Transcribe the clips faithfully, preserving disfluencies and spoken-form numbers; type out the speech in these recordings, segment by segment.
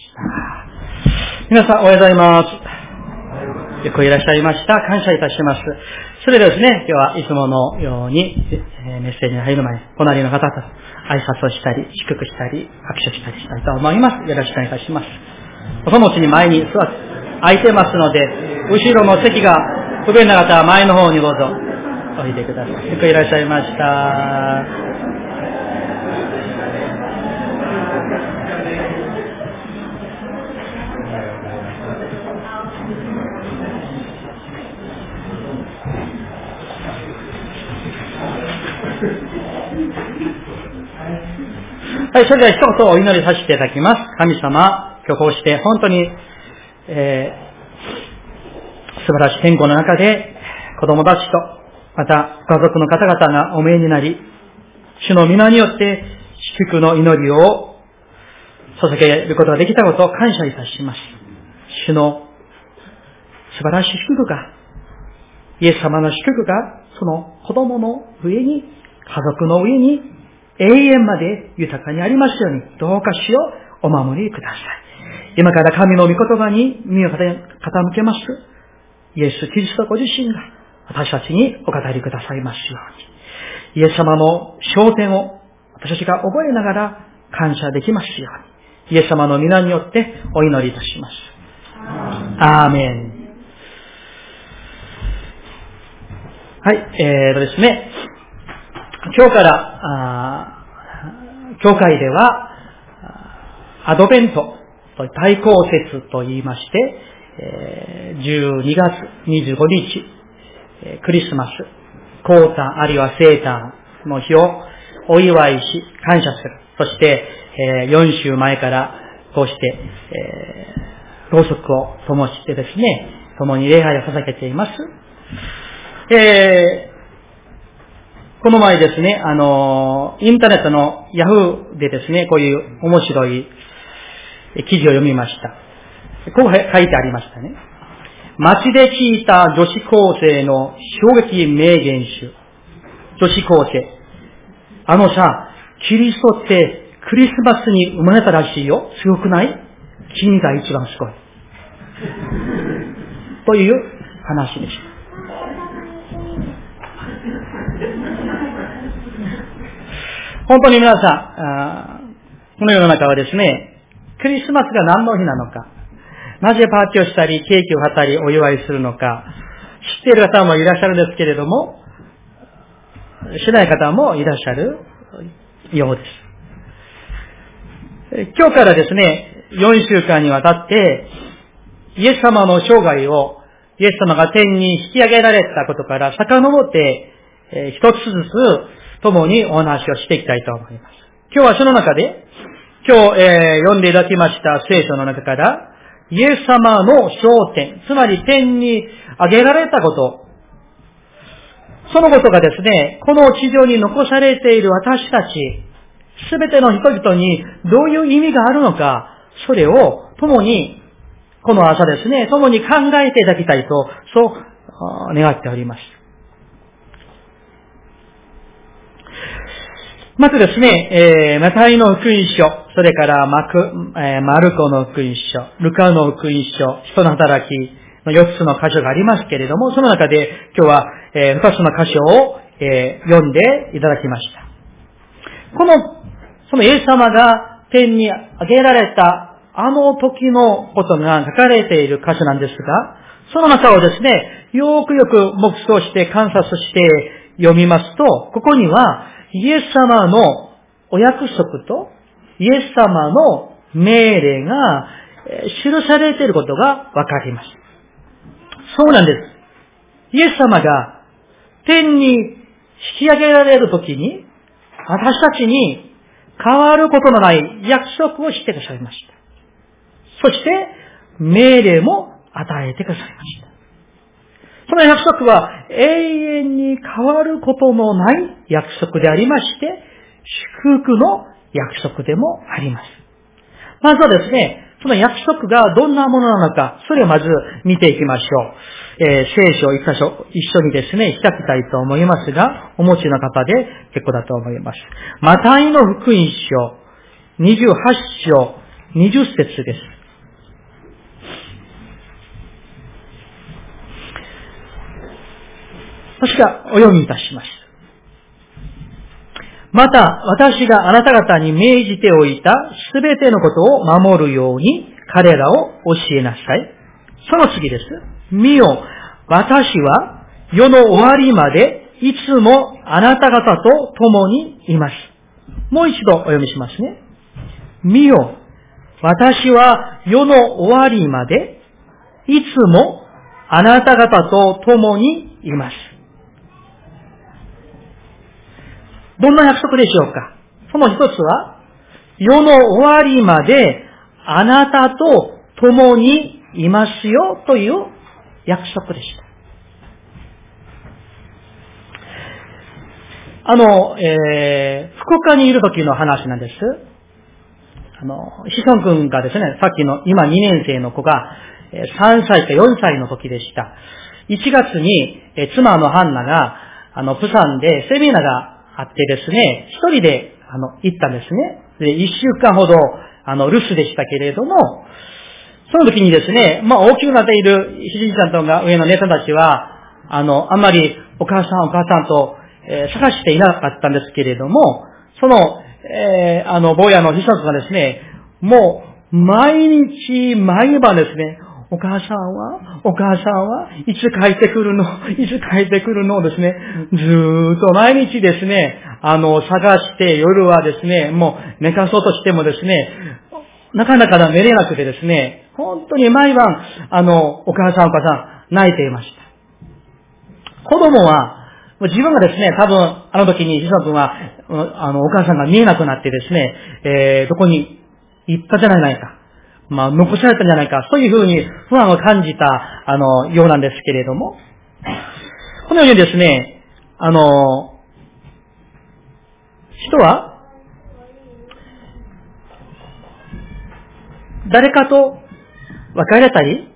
皆さんおはようございます。よくいらっしゃいました。感謝いたします。それでですね、今日はいつものようにメッセージに入る前に隣の方と挨拶をしたり、祝福したり、拍手したりしたいと思います。よろしくお願いいたします。おそのうちに前に座って空いてますので、後ろの席が不便な方は前の方にどうぞおいでください。よくいらっしゃいました。はい、それでは一言お祈りさせていただきます。神様、今日こうして本当に、えー、素晴らしい天候の中で子供たちと、また家族の方々がお見えになり、主の皆によって祝福の祈りを捧げることができたことを感謝いたします。主の素晴らしい祝福が、イエス様の祝福がその子供の上に、家族の上に永遠まで豊かにありますように、どうか主をお守りください。今から神の御言葉に耳を傾けます。イエス・キリストご自身が私たちにお語りくださいますように。イエス様の昇天を私たちが覚えながら感謝できますように。イエス様の皆によってお祈りいたします。アーメン。はい、えーとですね。今日から、あ教会では、アドベント、大公節と言いまして、えー、じゅうにがつにじゅうごにち、クリスマス、コーターあるいはセーターの日をお祝いし、感謝する。そして、えー、よん週前からこうして、えー、ろうそくを灯してですね、共に礼拝を捧げています。えーこの前ですね、あの、インターネットのヤフーでですね、こういう面白い記事を読みました。こう書いてありましたね。街で聞いた女子高生の衝撃名言集。女子高生。あのさ、キリストってクリスマスに生まれたらしいよ。すごくない？君が一番すごい。という話でした。本当に皆さん、この世の中はですね、クリスマスが何の日なのか、なぜパーティーをしたり、ケーキを買ったり、お祝いするのか、知っている方もいらっしゃるんですけれども、知らない方もいらっしゃるようです。今日からですね、よんしゅうかんにわたって、イエス様の生涯を、イエス様が天に引き上げられたことから遡って、えー、一つずつ、共にお話をしていきたいと思います。今日はその中で、今日、えー、読んでいただきました聖書の中から、イエス様の昇天、つまり天に上げられたこと、そのことがですね、この地上に残されている私たち、すべての人々にどういう意味があるのか、それを共に、この朝ですね、共に考えていただきたいと、そう願っております。まずですね、えー、マタイの福音書、それからマク、えー、マルコの福音書、ルカの福音書、使徒の働きのよっつの箇所がありますけれども、その中で今日は、えー、ふたつの箇所を、えー、読んでいただきました。この、そのイエス様が天に上げられたあの時のことが書かれている箇所なんですが、その中をですね、よくよく黙想して観察して読みますと、ここには、イエス様のお約束とイエス様の命令が記されていることがわかります。そうなんです。イエス様が天に引き上げられるときに私たちに変わることのない約束をしてくださいました。そして命令も与えてくださいました。その約束は永遠に変わることのない約束でありまして、祝福の約束でもあります。まずはですね、その約束がどんなものなのか、それをまず見ていきましょう。えー、聖書を一箇所、一緒にですね、開きたいと思いますが、お持ちの方で結構だと思います。マタイの福音書、にじゅうはち章、 にじゅっ節です。私がお読みいたします。また、私があなた方に命じておいたすべてのことを守るように彼らを教えなさい。その次です。見よ、私は世の終わりまでいつもあなた方と共にいます。もう一度お読みしますね。見よ、私は世の終わりまでいつもあなた方と共にいます。どんな約束でしょうか。その一つは、世の終わりまであなたと共にいますよという約束でした。あの、えー、福岡にいる時の話なんです。あの、志尊君がですね、さっきの今にねん生の子がさんさいかよんさいの時でした。いちがつに妻のハンナが、あの、プサンでセミナーがあってですね、一人で、あの、行ったんですね。で、一週間ほど、あの、留守でしたけれども、その時にですね、まあ、大きくなっているひじいちゃんとか上の姉さんたちは、あの、あんまりお母さんお母さんと、えー、探していなかったんですけれども、その、えー、あの、坊やのひさんがですね、もう、毎日、毎晩ですね、お母さんは、お母さんはいつ帰ってくるの、いつ帰ってくるのをですね、ずーっと毎日ですね、あの、探して夜はですね、もう寝かそうとしてもですね、なかなか寝れなくてですね、本当に毎晩、あの、お母さんお母さん泣いていました。子供は、自分がですね、多分、あの時に、ひさ君は、あの、お母さんが見えなくなってですね、えー、どこに行ったじゃないか。まあ、残されたんじゃないか。そういうふうに不安を感じた、あの、ようなんですけれども。このようにですね、あの、人は、誰かと別れたり、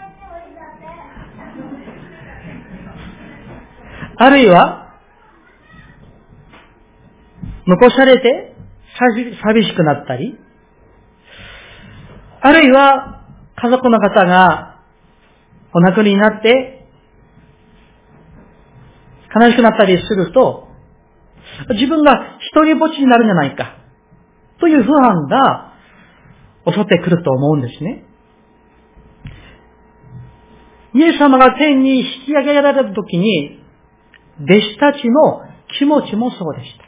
あるいは、残されて寂しくなったり、あるいは、家族の方がお亡くなりになって悲しくなったりすると、自分が一人ぼっちになるんじゃないかという不安が襲ってくると思うんですね。イエス様が天に引き上げられた時に、弟子たちの気持ちもそうでした。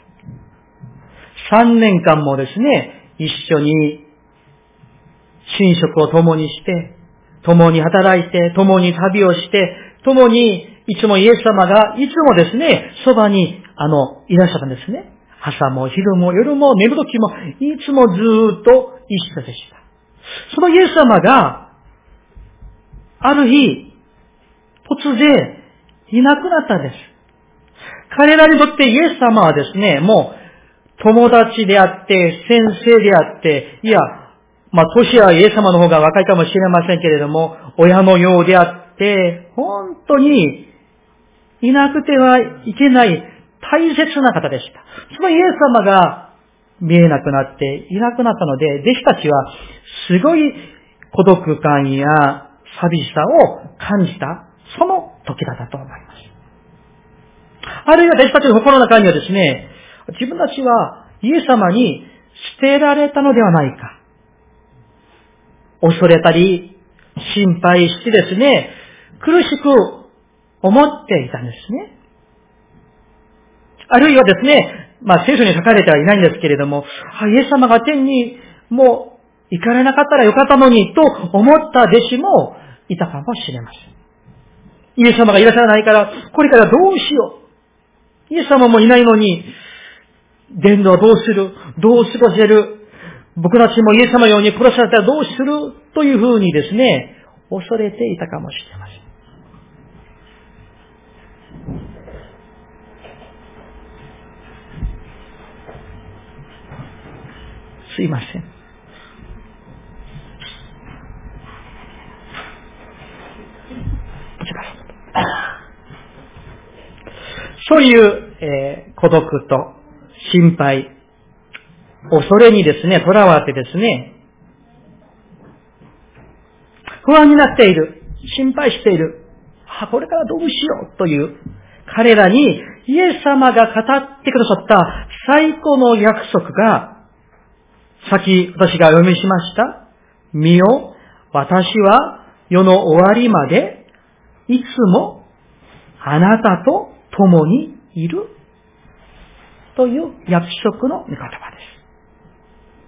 三年間もですね、一緒に寝食を共にして、共に働いて、共に旅をして、共にいつもイエス様がいつもですね、そばにあのいらっしゃったんですね。朝も昼も夜も寝るときもいつもずーっと一緒でした。そのイエス様がある日突然いなくなったんです。彼らにとってイエス様はですね、もう友達であって、先生であって、いや、まあ、年はイエス様の方が若いかもしれませんけれども、親のようであって、本当にいなくてはいけない大切な方でした。そのイエス様が見えなくなっていなくなったので、弟子たちはすごい孤独感や寂しさを感じた、その時だったと思います。あるいは弟子たちの心の中にはですね、自分たちはイエス様に捨てられたのではないか。恐れたり、心配してですね、苦しく思っていたんですね。あるいはですね、まあ聖書に書かれてはいないんですけれども、イエス様が天にもう行かれなかったらよかったのにと思った弟子もいたかもしれません。イエス様がいらっしゃらないから、これからどうしよう。イエス様もいないのに、伝道どうする？どう過ごせる？僕たちもイエス様のように殺されたらどうする？というふうにですね、恐れていたかもしれません。すいません。そういう、えー、孤独と心配、恐れにですね、とらわれてですね、 不安になっている、心配している、あ、これからどうしようという彼らにイエス様が語ってくださった最高の約束が、先私がお読みしました。見よ、私は世の終わりまでいつもあなたと共にいるという約束の御言葉です。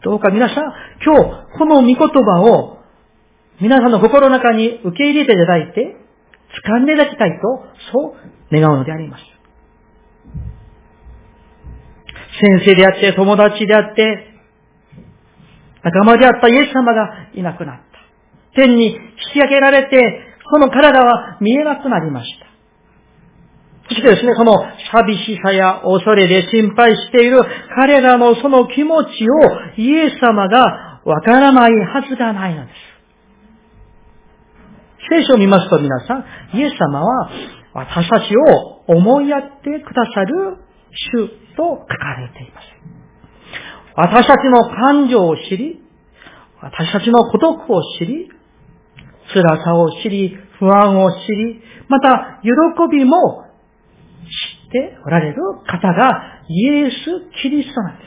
どうか皆さん、今日この御言葉を皆さんの心の中に受け入れていただいて、掴んでいただきたいと、そう願うのであります。先生であって、友達であって、仲間であったイエス様がいなくなった。天に引き上げられて、その体は見えなくなりました。そしてですね、その寂しさや恐れで心配している彼らのその気持ちをイエス様がわからないはずがないのです。聖書を見ますと皆さん、イエス様は私たちを思いやってくださる主と書かれています。私たちの感情を知り、私たちの孤独を知り、辛さを知り、不安を知り、また喜びも知っておられる方がイエス・キリストなんです。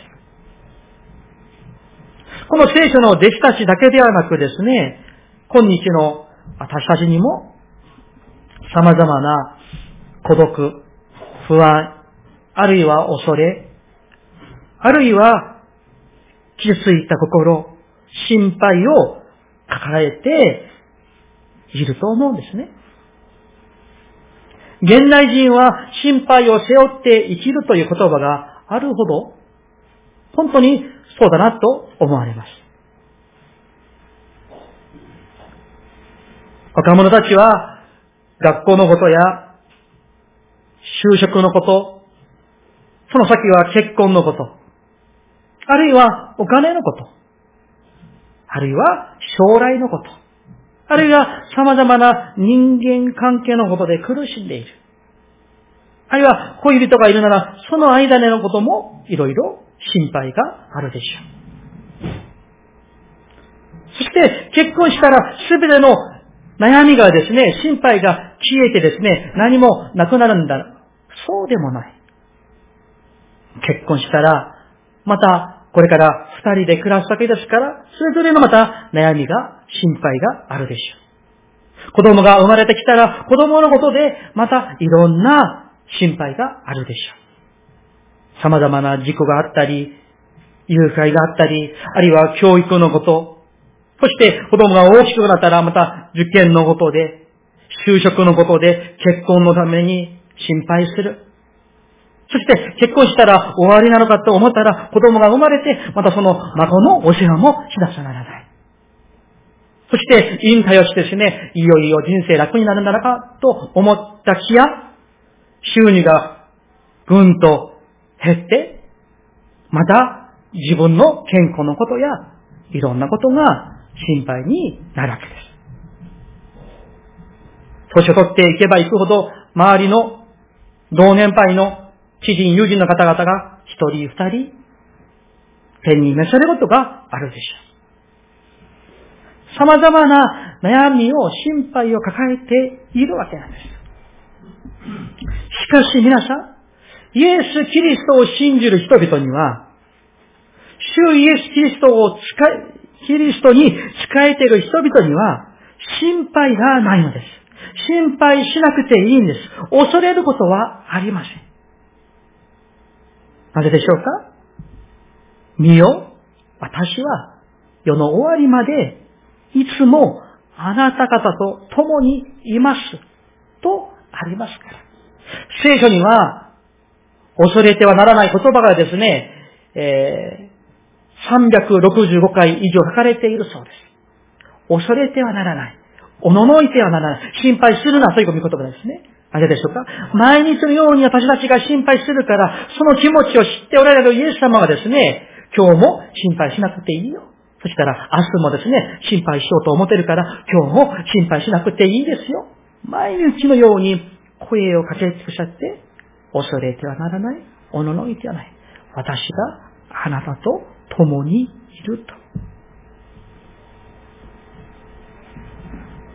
この聖書の弟子たちだけではなくですね、今日の私たちにも様々な孤独、不安、あるいは恐れ、あるいは傷ついた心、心配を抱えていると思うんですね。現代人は心配を背負って生きるという言葉があるほど、本当にそうだなと思われます。若者たちは学校のことや就職のこと、その先は結婚のこと、あるいはお金のこと、あるいは将来のこと、あるいは様々な人間関係のことで苦しんでいる。あるいは恋人がいるなら、その間でのこともいろいろ心配があるでしょう。そして結婚したらすべての悩みがですね、心配が消えてですね、何もなくなるんだ。そうでもない。結婚したら、またこれから二人で暮らすわけですから、それぞれのまた悩みが、心配があるでしょう。子供が生まれてきたら、子供のことでまたいろんな心配があるでしょう。様々な事故があったり、誘拐があったり、あるいは教育のこと、そして子供が大きくなったらまた受験のことで、就職のことで、結婚のために心配する。そして結婚したら終わりなのかと思ったら子供が生まれて、またその孫のお世話もしなくちゃならない。そして引退をしてですね、いよいよ人生楽になるんだなかと思った気や、収入がぐんと減って、また自分の健康のことやいろんなことが心配になるわけです。年を取っていけばいくほど、周りの同年配の知人、友人の方々が一人二人、天に召されることがあるでしょう。様々な悩みを、心配を抱えているわけなんです。しかし皆さん、イエス・キリストを信じる人々には、主イエス・キリストを使い、キリストに仕えている人々には、心配がないのです。心配しなくていいんです。恐れることはありません。なぜでしょうか？見よ、私は世の終わりまでいつもあなた方と共にいますとありますから。聖書には恐れてはならない言葉がですね、えー、さんびゃくろくじゅうごかい以上書かれているそうです。恐れてはならない。おののいてはならない。心配するなという御言葉ですね。なぜでしょうか？毎日のように私たちが心配するから、その気持ちを知っておられるイエス様がですね、今日も心配しなくていいよ。そしたら明日もですね、心配しようと思ってるから、今日も心配しなくていいですよ。毎日のように声をかけてくださって、恐れてはならない。おののいてはない。私があなたと共にいると。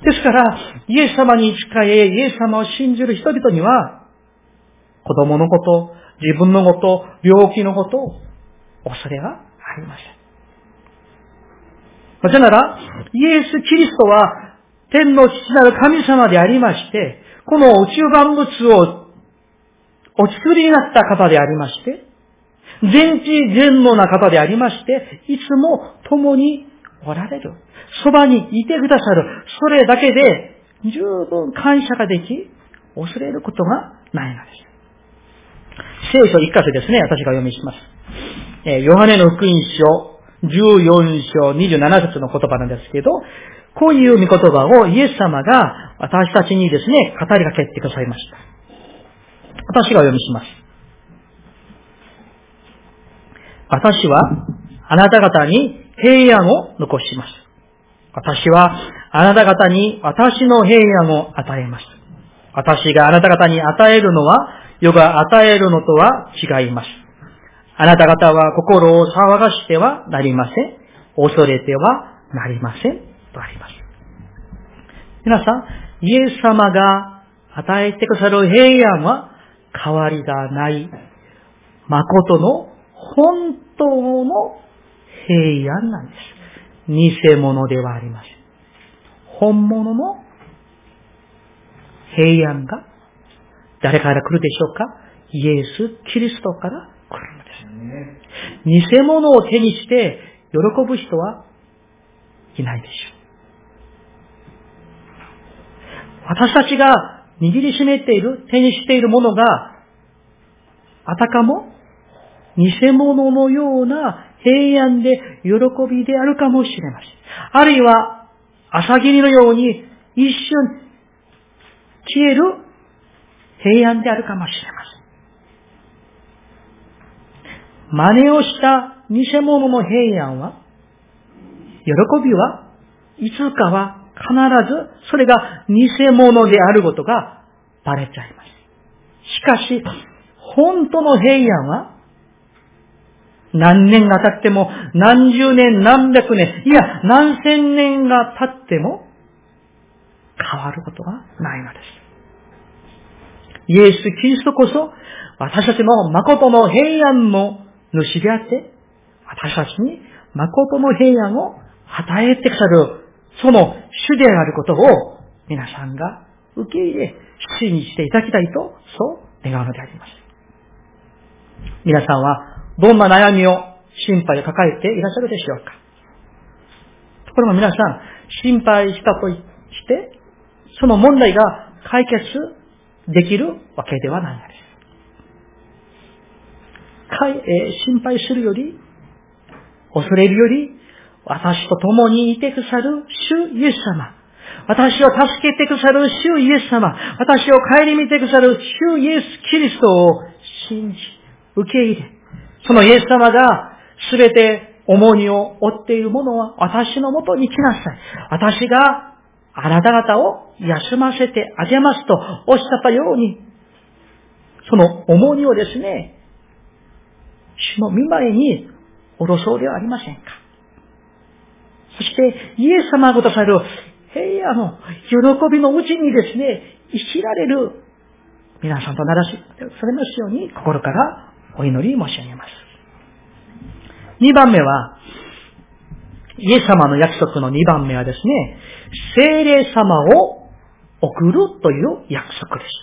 ですから、イエス様に仕え、イエス様を信じる人々には、子供のこと、自分のこと、病気のこと、恐れはありません。なぜなら、イエス・キリストは天の父なる神様でありまして、この宇宙万物をお作りになった方でありまして、全知全能な方でありまして、いつも共におられる。そばにいてくださる。それだけで十分感謝ができ、恐れることがないのです。聖書一箇所ですね、私が読みします。えー、ヨハネの福音書じゅうよん章にじゅうなな節の言葉なんですけど、こういう御言葉をイエス様が私たちにですね、語りかけてくださいました。私がお読みします。私はあなた方に平安を残します。私はあなた方に私の平安を与えます。私があなた方に与えるのは世が与えるのとは違います。あなた方は心を騒がしてはなりません。恐れてはなりません。とあります。皆さん、イエス様が与えてくださる平安は変わりがない、誠の本当の平安なんです。偽物ではありません。本物の平安が誰から来るでしょうか？イエス・キリストから来るのです。偽物を手にして喜ぶ人はいないでしょう。私たちが握りしめている、手にしているものが、あたかも偽物のような平安で喜びであるかもしれません。あるいは、朝霧のように一瞬消える平安であるかもしれません。真似をした偽物の平安は、喜びはいつかは必ずそれが偽物であることがバレちゃいます。しかし、本当の平安は、何年が経っても、何十年、何百年、いや、何千年が経っても、変わることがないのです。イエス・キリストこそ、私たちの誠の平安の主であって、私たちに誠の平安を与えてくださる、その主であることを、皆さんが受け入れ、信じていただきたいと、そう願うのであります。皆さんは、どんな悩みを、心配を抱えていらっしゃるでしょうか。ところが皆さん、心配したとして、その問題が解決できるわけではないのです。かいえー、心配するより、恐れるより、私と共にいてくださる主イエス様。私を助けてくださる主イエス様。私を顧みてくださる主イエス・キリストを信じ、受け入れ、そのイエス様がすべて重荷を負っているものは私のもとに来なさい。私があなた方を休ませてあげますとおっしゃったように、その重荷をですね、主の御前に下ろそうではありませんか。そしてイエス様がくださる平安の喜びのうちにですね、生きられる皆さんとならしされますように心からお祈り申し上げます。二番目は、イエス様の約束の二番目はですね、聖霊様を送るという約束でした。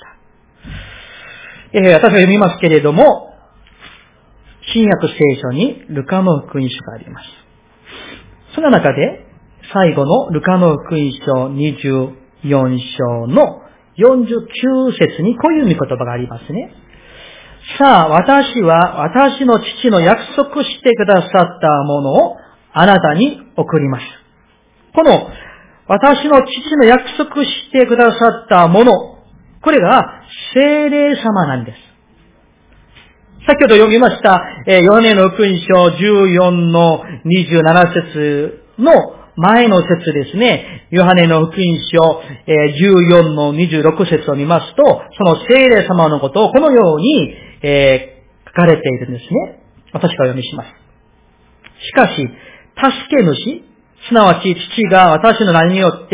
えー、私は読みますけれども、新約聖書にルカの福音書があります。その中で、最後のルカの福音書にじゅうよん章のよんじゅうきゅう節にこういう御言葉がありますね。さあ、私は私の父の約束してくださったものをあなたに送ります。この私の父の約束してくださったもの、これが聖霊様なんです。先ほど読みました、えー、ヨハネの福音書じゅうよんのにじゅうなな節の前の節ですね。ヨハネの福音書、えー、じゅうよんのにじゅうろく節を見ますと、その聖霊様のことをこのように、えー、書かれているんですね。私がお読みします。しかし、助け主、すなわち父が私の名によって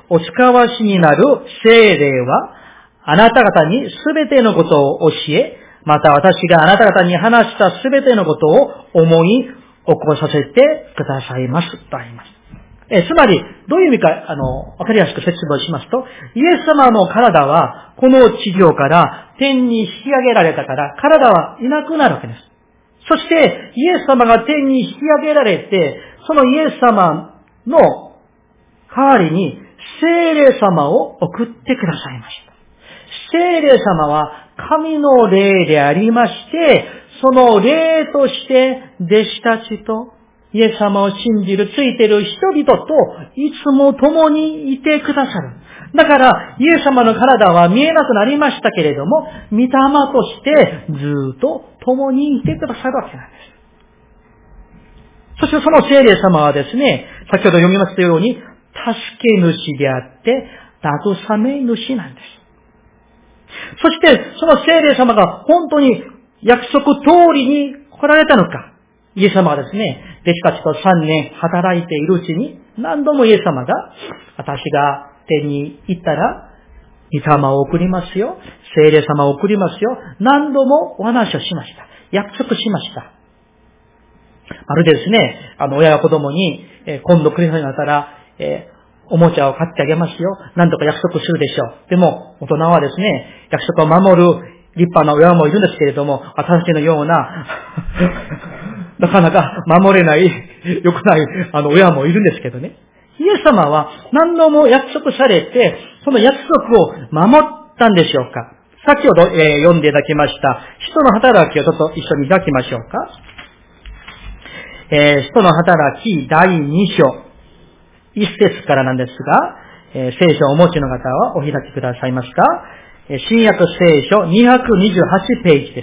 お使わしになる聖霊は、あなた方にすべてのことを教え、また私があなた方に話したすべてのことを思い起こさせてくださいます。とあります。えつまり、どういう意味か、あの、わかりやすく説明しますと、イエス様の体は、この地上から天に引き上げられたから、体はいなくなるわけです。そして、イエス様が天に引き上げられて、そのイエス様の代わりに、聖霊様を送ってくださいました。聖霊様は神の霊でありまして、その霊として弟子たちとイエス様を信じる、ついている人々といつも共にいてくださる。だから、イエス様の体は見えなくなりましたけれども、御霊としてずっと共にいてくださるわけなんです。そしてその聖霊様はですね、先ほど読みましたように、助け主であって、慰め主なんです。そして、その聖霊様が本当に約束通りに来られたのか。イエス様はですね、弟子たちとさんねん働いているうちに、何度もイエス様が、私が天に行ったら、御霊を送りますよ。聖霊様を送りますよ。何度もお話をしました。約束しました。まるでですね、あの、親が子供に、えー、今度クリスマスになったら、えーおもちゃを買ってあげますよ。何とか約束するでしょう。でも、大人はですね、約束を守る立派な親もいるんですけれども、私たちのような、なかなか守れない、良くない、あの、親もいるんですけどね。イエス様は何度も約束されて、その約束を守ったんでしょうか。先ほど、えー、読んでいただきました、使徒の働きをちょっと一緒にいただきましょうか。えー、使徒の働きだいに章。一節からなんですが、えー、聖書をお持ちの方はお開きくださいますか。えー、新約聖書にひゃくにじゅうはちページです。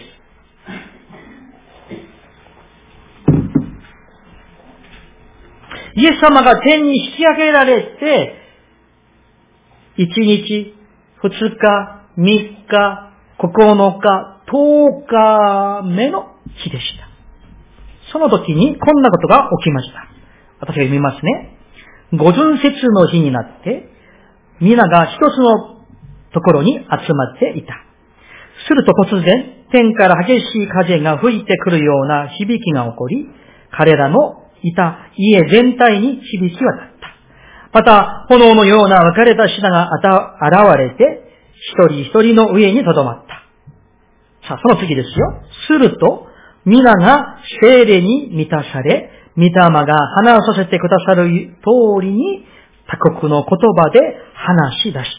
イエス様が天に引き上げられて、いちにち、ふつか、みっか、ここのか、とおかめの日でした。その時にこんなことが起きました。私が読みますね。五巡節の日になって、皆が一つのところに集まっていた。すると突然、天から激しい風が吹いてくるような響きが起こり、彼らのいた家全体に響き渡った。また、炎のような分かれた品が現れて、一人一人の上に留まった。さあ、その次ですよ。すると、皆が聖霊に満たされ、御霊が話させてくださる通りに、他国の言葉で話し出した。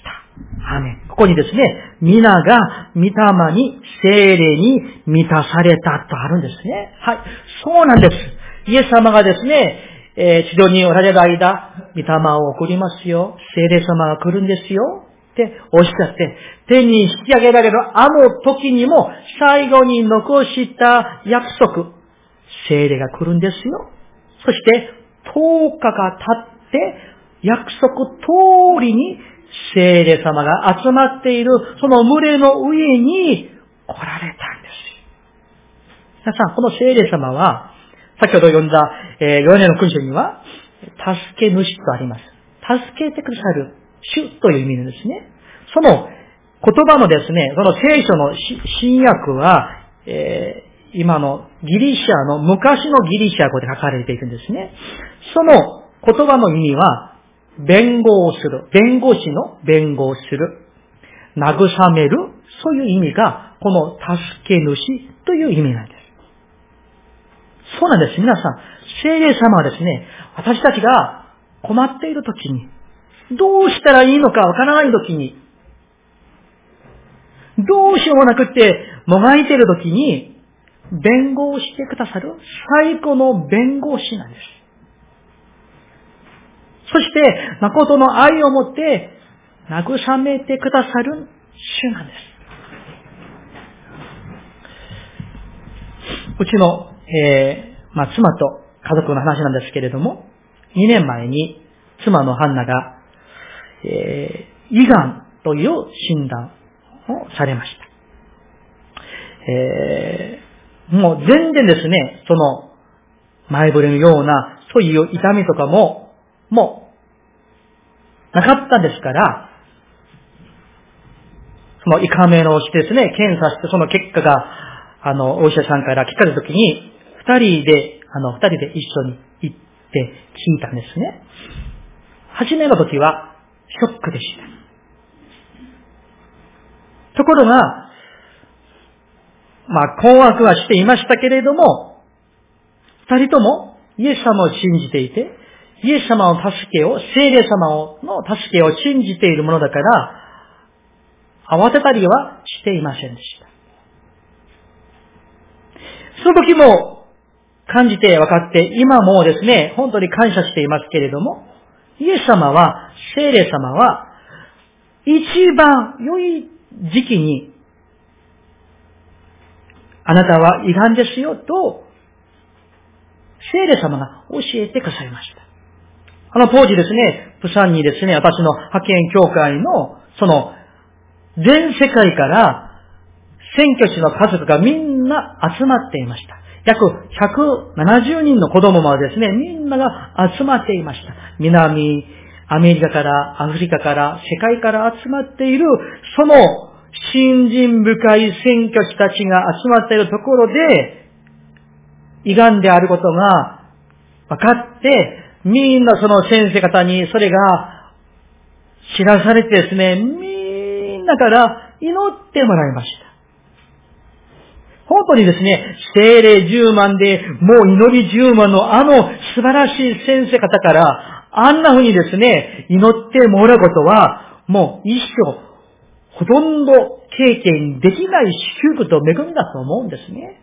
アーメン。ここにですね、皆が御霊に、聖霊に満たされたとあるんですね。はい。そうなんです。イエス様がですね、えー、地上におられる間、御霊を送りますよ。聖霊様が来るんですよ。っておっしゃって、天に引き上げられるあの時にも、最後に残した約束、聖霊が来るんですよ。そして、とおかが経って、約束通りに、聖霊様が集まっている、その群れの上に来られたんです。皆さん、この聖霊様は、先ほど読んだ、えー、ヨハネの君主には、助け主とあります。助けてくださる主という意味なんですね。その言葉のですね、その聖書の新約は、えー今のギリシャの、昔のギリシャ語で書かれているんですね。その言葉の意味は、弁護をする。弁護士の弁護をする。慰める。そういう意味が、この助け主という意味なんです。そうなんです。皆さん、聖霊様はですね、私たちが困っているときに、どうしたらいいのかわからないときに、どうしようもなくってもがいているときに、弁護をしてくださる最高の弁護士なんです。そして、誠の愛を持って慰めてくださる主なんです。うちの、えーまあ、妻と家族の話なんですけれども、にねんまえに妻のハンナが、えー、胃がんという診断をされました。えーもう全然ですね、その前触れのような、そういう痛みとかも、もう、 なかったですから、その胃カメラをしてですね、検査してその結果が、あの、お医者さんから聞かれたときに、二人で、あの、二人で一緒に行って聞いたんですね。初めの時は、ショックでした。ところが、まあ、困惑はしていましたけれども、二人ともイエス様を信じていて、イエス様の助けを、聖霊様の助けを信じているものだから、慌てたりはしていませんでした。その時も感じて分かって、今もですね、本当に感謝していますけれども、イエス様は、聖霊様は、一番良い時期に、あなたは胃がんですよと、聖霊様が教えてくださいました。あの当時ですね、プサンにですね、私の派遣教会の、その、全世界から宣教師の家族がみんな集まっていました。約ひゃくななじゅうにんの子供もですね、みんなが集まっていました。南アメリカから、アフリカから、世界から集まっている、その信心深い宣教師たちが集まっているところで、胃がんであることが分かって、みんなその先生方にそれが知らされてですね、みんなから祈ってもらいました。本当にですね、聖霊十万で、もう祈り十万のあの素晴らしい先生方から、あんな風にですね、祈ってもらうことは、もう一生、ほとんど経験できない祝福と恵みだと思うんですね。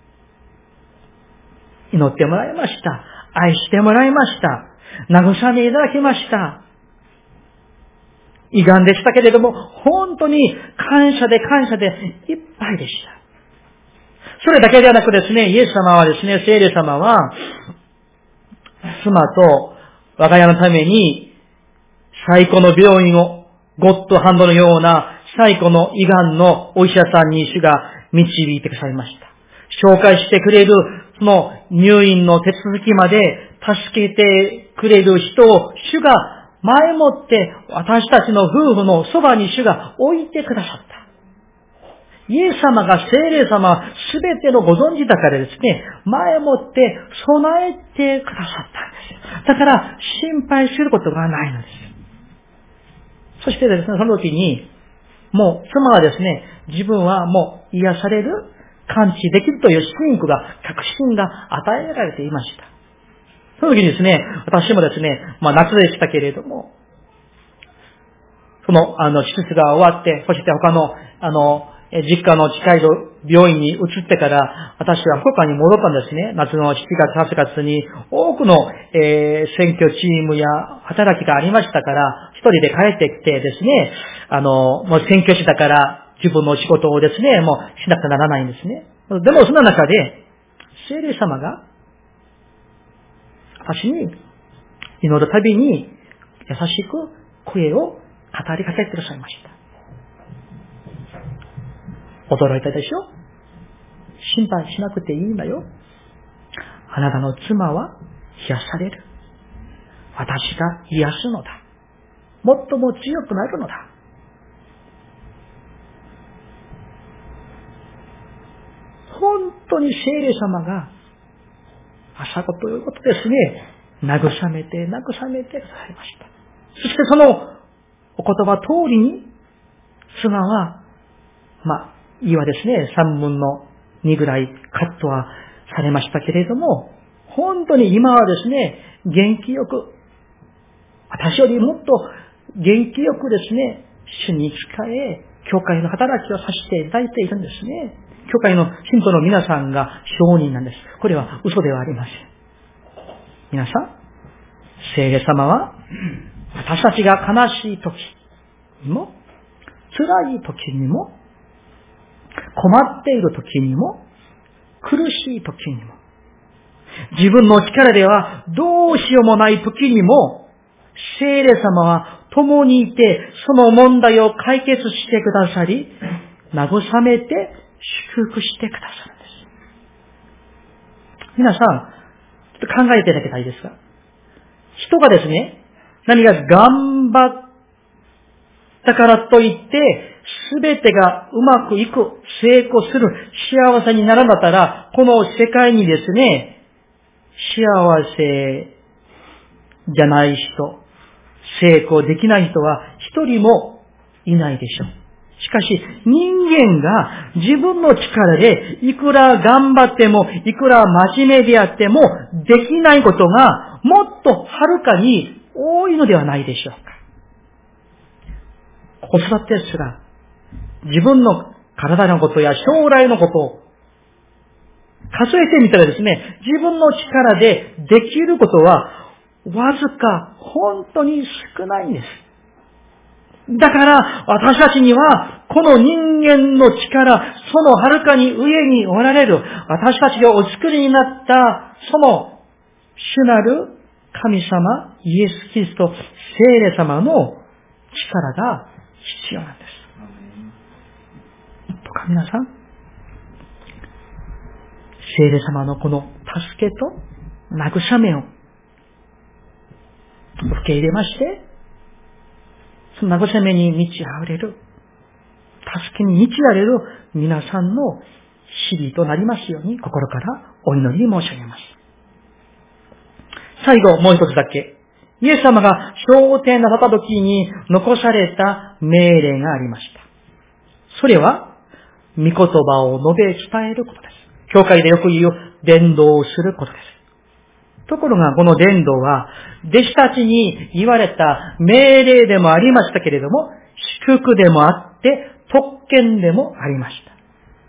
祈ってもらいました。愛してもらいました。慰めいただきました。胃がんでしたけれども、本当に感謝で感謝でいっぱいでした。それだけではなくですね、イエス様はですね、聖霊様は、妻と我が家のために、最古の病院を、ゴッドハンドのような最古の胃がんのお医者さんに主が導いてくださいました。紹介してくれる、その入院の手続きまで助けてくれる人を主が前もって私たちの夫婦のそばに主が置いてくださった。イエス様が聖霊様はすべてのご存知だからですね、前もって備えてくださったんです。だから心配することがないのです。そしてですね、その時に、もう妻はですね、自分はもう癒される、感知できるという信仰が、確信が与えられていました。その時にですね、私もですね、まあ夏でしたけれども、その、あの、手術が終わって、そして他の、あの、実家の近い病院に移ってから、私は福岡に戻ったんですね。夏のしちがつ、はちがつに多くの、えー、選挙チームや働きがありましたから、一人で帰ってきてですね、あの、もう選挙師だから、自分の仕事をですね、もうしなくてならないんですね。でもその中で、聖霊様が、私に祈るたびに優しく声を語りかけてくださいました。驚いたでしょ？心配しなくていいんだよ。あなたの妻は癒される。私が癒すのだ。もっとも強くなるのだ。本当に聖霊様が朝子ということですね、慰めて慰めてくださいました。そしてそのお言葉通りに妻は、まあ、胃はですね、三分の二ぐらいカットはされましたけれども、本当に今はですね、元気よく、私よりもっと元気よくですね、主に仕え、教会の働きをさせていただいているんですね。教会の信徒の皆さんが証人なんです。これは嘘ではありません。皆さん、聖霊様は、私たちが悲しい時にも、辛い時にも、困っている時にも、苦しい時にも、自分の力ではどうしようもない時にも、聖霊様は共にいて、その問題を解決してくださり、慰めて祝福してくださるんです。皆さん、ちょっと考えていただきたいですが、人がですね、何か頑頑張ったからといって、すべてがうまくいく、成功する、幸せにならなかったら、この世界にですね、幸せじゃない人、成功できない人は一人もいないでしょう。しかし、人間が自分の力でいくら頑張っても、いくら真面目であっても、できないことがもっとはるかに多いのではないでしょうか。子育てすら、自分の体のことや将来のことを数えてみたらですね、自分の力でできることはわずか本当に少ないんです。だから私たちにはこの人間の力、そのはるかに上におられる私たちがお作りになったその主なる神様、イエス・キリスト、聖霊様の力が必要なんです。どうか皆さん、聖霊様のこの助けと慰めを受け入れまして、その慰めに満ち溢れる、助けに満ち溢れる皆さんの日々となりますように、心からお祈り申し上げます。最後、もう一つだけ。イエス様が昇天なさった時に残された命令がありました。それは、御言葉を述べ伝えることです。教会でよく言う伝道をすることです。ところがこの伝道は弟子たちに言われた命令でもありましたけれども、祝福でもあって特権でもありました。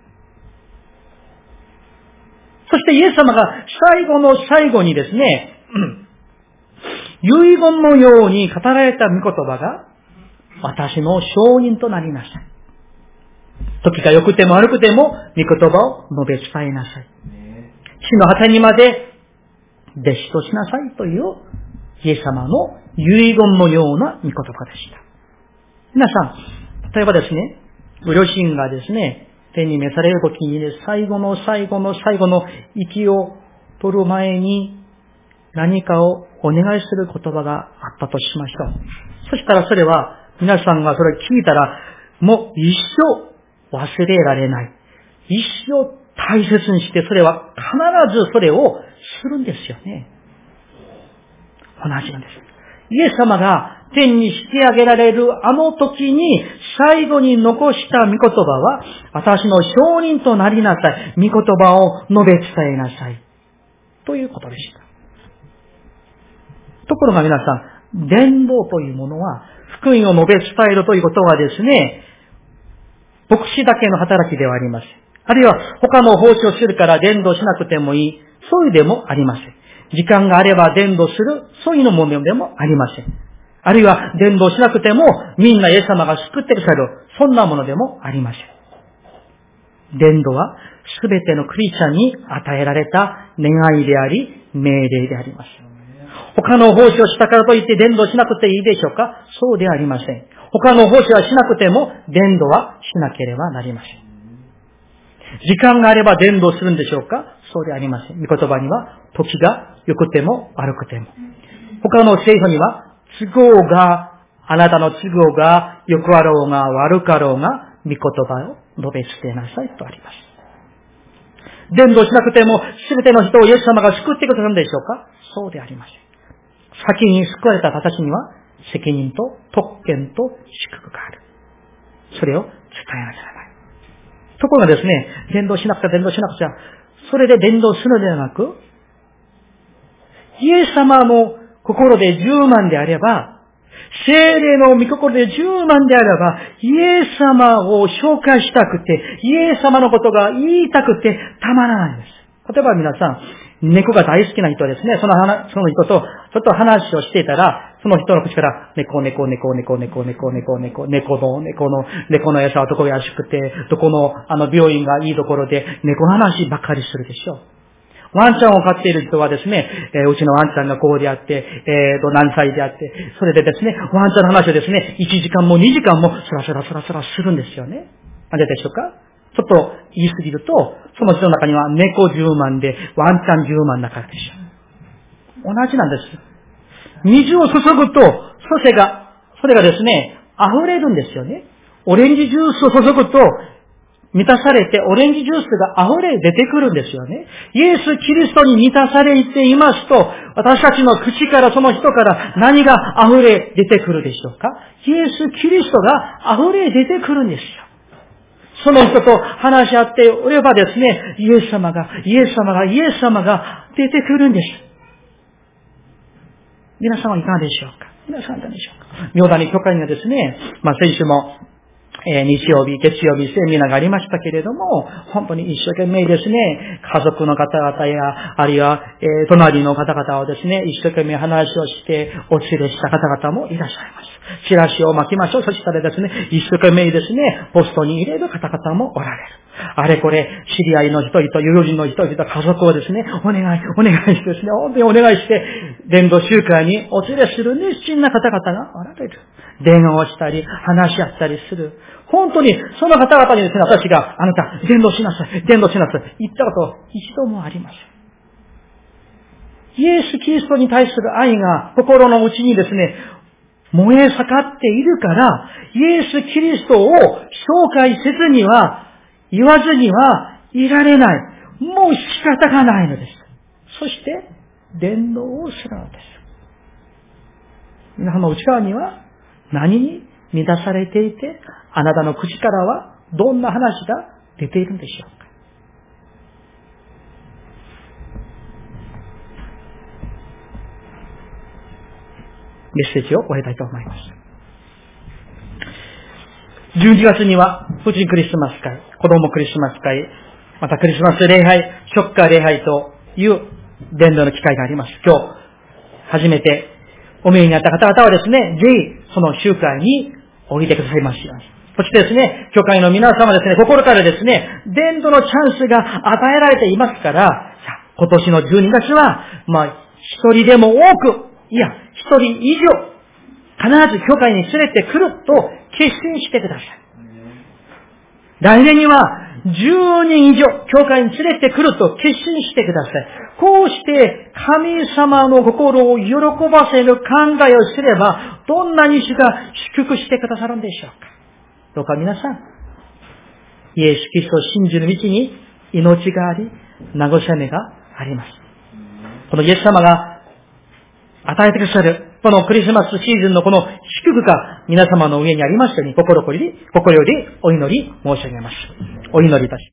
そしてイエス様が最後の最後にですね、遺言のように語られた御言葉が私の証人となりました。時が良くても悪くても、御言葉を述べ伝えなさい。死の果てにまで弟子としなさいというイエス様の遺言のような御言葉でした。皆さん、例えばですね、ご両親がですね、天に召されるときに、ね、最後の最後の最後の息を取る前に何かをお願いする言葉があったとしましょう。そしたらそれは、皆さんがそれを聞いたら、もう一生忘れられない。一生大切にして、それは必ずそれをするんですよね。同じなんです。イエス様が天に引き上げられるあの時に最後に残した御言葉は、私の証人となりなさい。御言葉を述べ伝えなさい。ということでした。ところが皆さん、伝道というものは、福音を述べ伝えるということはですね、牧師だけの働きではありません。あるいは他の奉仕をするから伝道しなくてもいい。そういうでもありません。時間があれば伝道する。そういうのものでもありません。あるいは伝道しなくてもみんなイエス様が救ってくださる。そんなものでもありません。伝道はすべてのクリスチャンに与えられた願いであり、命令であります。他の奉仕をしたからといって伝道しなくていいでしょうか？そうではありません。他の奉仕はしなくても伝道はしなければなりません。時間があれば伝道するんでしょうか？そうではありません。御言葉には時が良くても悪くても。他の聖書には都合が、あなたの都合が良くあろうが悪かろうが御言葉を述べ伝えなさいとあります。伝道しなくても全ての人をイエス様が救ってくださるんでしょうか？そうではありません。先に救われた私には責任と特権と祝福がある。それを伝えなきゃならない。ところがですね、伝道しなくちゃ伝道しなくちゃ、それで伝道するのではなく、イエス様の心で十万であれば、聖霊の御心で十万であれば、イエス様を紹介したくて、イエス様のことが言いたくてたまらないんです。例えば皆さん、猫が大好きな人はですね、その話、その人とちょっと話をしていたら、その人の口から、猫、猫、猫、猫、猫、猫、猫、猫、猫の、猫の、猫の餌はどこが安くて、どこの、あの、病院がいいところで、猫の話ばっかりするでしょう。ワンちゃんを飼っている人はですね、えー、うちのワンちゃんがこうであって、えーと、何歳であって、それでですね、ワンちゃんの話をですね、いちじかんもにじかんも、スラスラスラスラするんですよね。なんででしょうか？ちょっと言い過ぎると、その人の中には猫じゅうまんでワンちゃんじゅうまんだからでしょう。同じなんです。水を注ぐと、そせがそれがですね、溢れるんですよね。オレンジジュースを注ぐと、満たされて、オレンジジュースが溢れ出てくるんですよね。イエス・キリストに満たされていますと、私たちの口からその人から何が溢れ出てくるでしょうか？イエス・キリストが溢れ出てくるんですよ。その人と話し合っておればですね、イエス様が、イエス様が、イエス様が出てくるんです。皆さんはいかがでしょうか？皆さんいかがでしょうか？妙谷教会にはですね、まあ先週も、えー、日曜日、月曜日、セミナーがありましたけれども、本当に一生懸命ですね、家族の方々や、あるいは、えー、隣の方々をですね、一生懸命話をして、お連れした方々もいらっしゃいます。チラシを巻きましょう。そしたらですね、一生懸命ですね、ポストに入れる方々もおられる。あれこれ、知り合いの一人と友人の一人と家族をですね、お願い、お願いしてですね、本当にお願いして、伝道集会にお連れする熱心な方々がおられる。電話をしたり、話し合ったりする。本当に、その方々にですね、私が、あなた、伝道しなさい、伝道しなさい、言ったこと、一度もありません。イエス・キリストに対する愛が、心の内にですね、燃え盛っているから、イエス・キリストを紹介せずには、言わずにはいられない。もう仕方がないのです。そして、伝道をするのです。皆さんの内側には、何に満たされていて、あなたの口からはどんな話が出ているんでしょうか。メッセージを終えたいと思います。じゅうにがつには、プチクリスマス会、子供クリスマス会、またクリスマス礼拝、ショッカー礼拝という伝道の機会があります。今日、初めてお見えになった方々はですね、ぜひその集会においでくださいましように。そしてですね、教会の皆様ですね、心からですね、伝道のチャンスが与えられていますから、今年のじゅうにがつは、まあ、一人でも多く、いや、一人以上、必ず教会に連れてくると決心してください。来年にはじゅうにん以上教会に連れてくると決心してください。こうして神様の心を喜ばせる考えをすれば、どんなに主が祝福してくださるんでしょうか。どうか皆さん、イエス・キリストを信じる道に命があり、慰めがあります。このイエス様が与えてくださる、このクリスマスシーズンのこの祝福が皆様の上にありますように、心より、心よりお祈り申し上げます。お祈りいたします。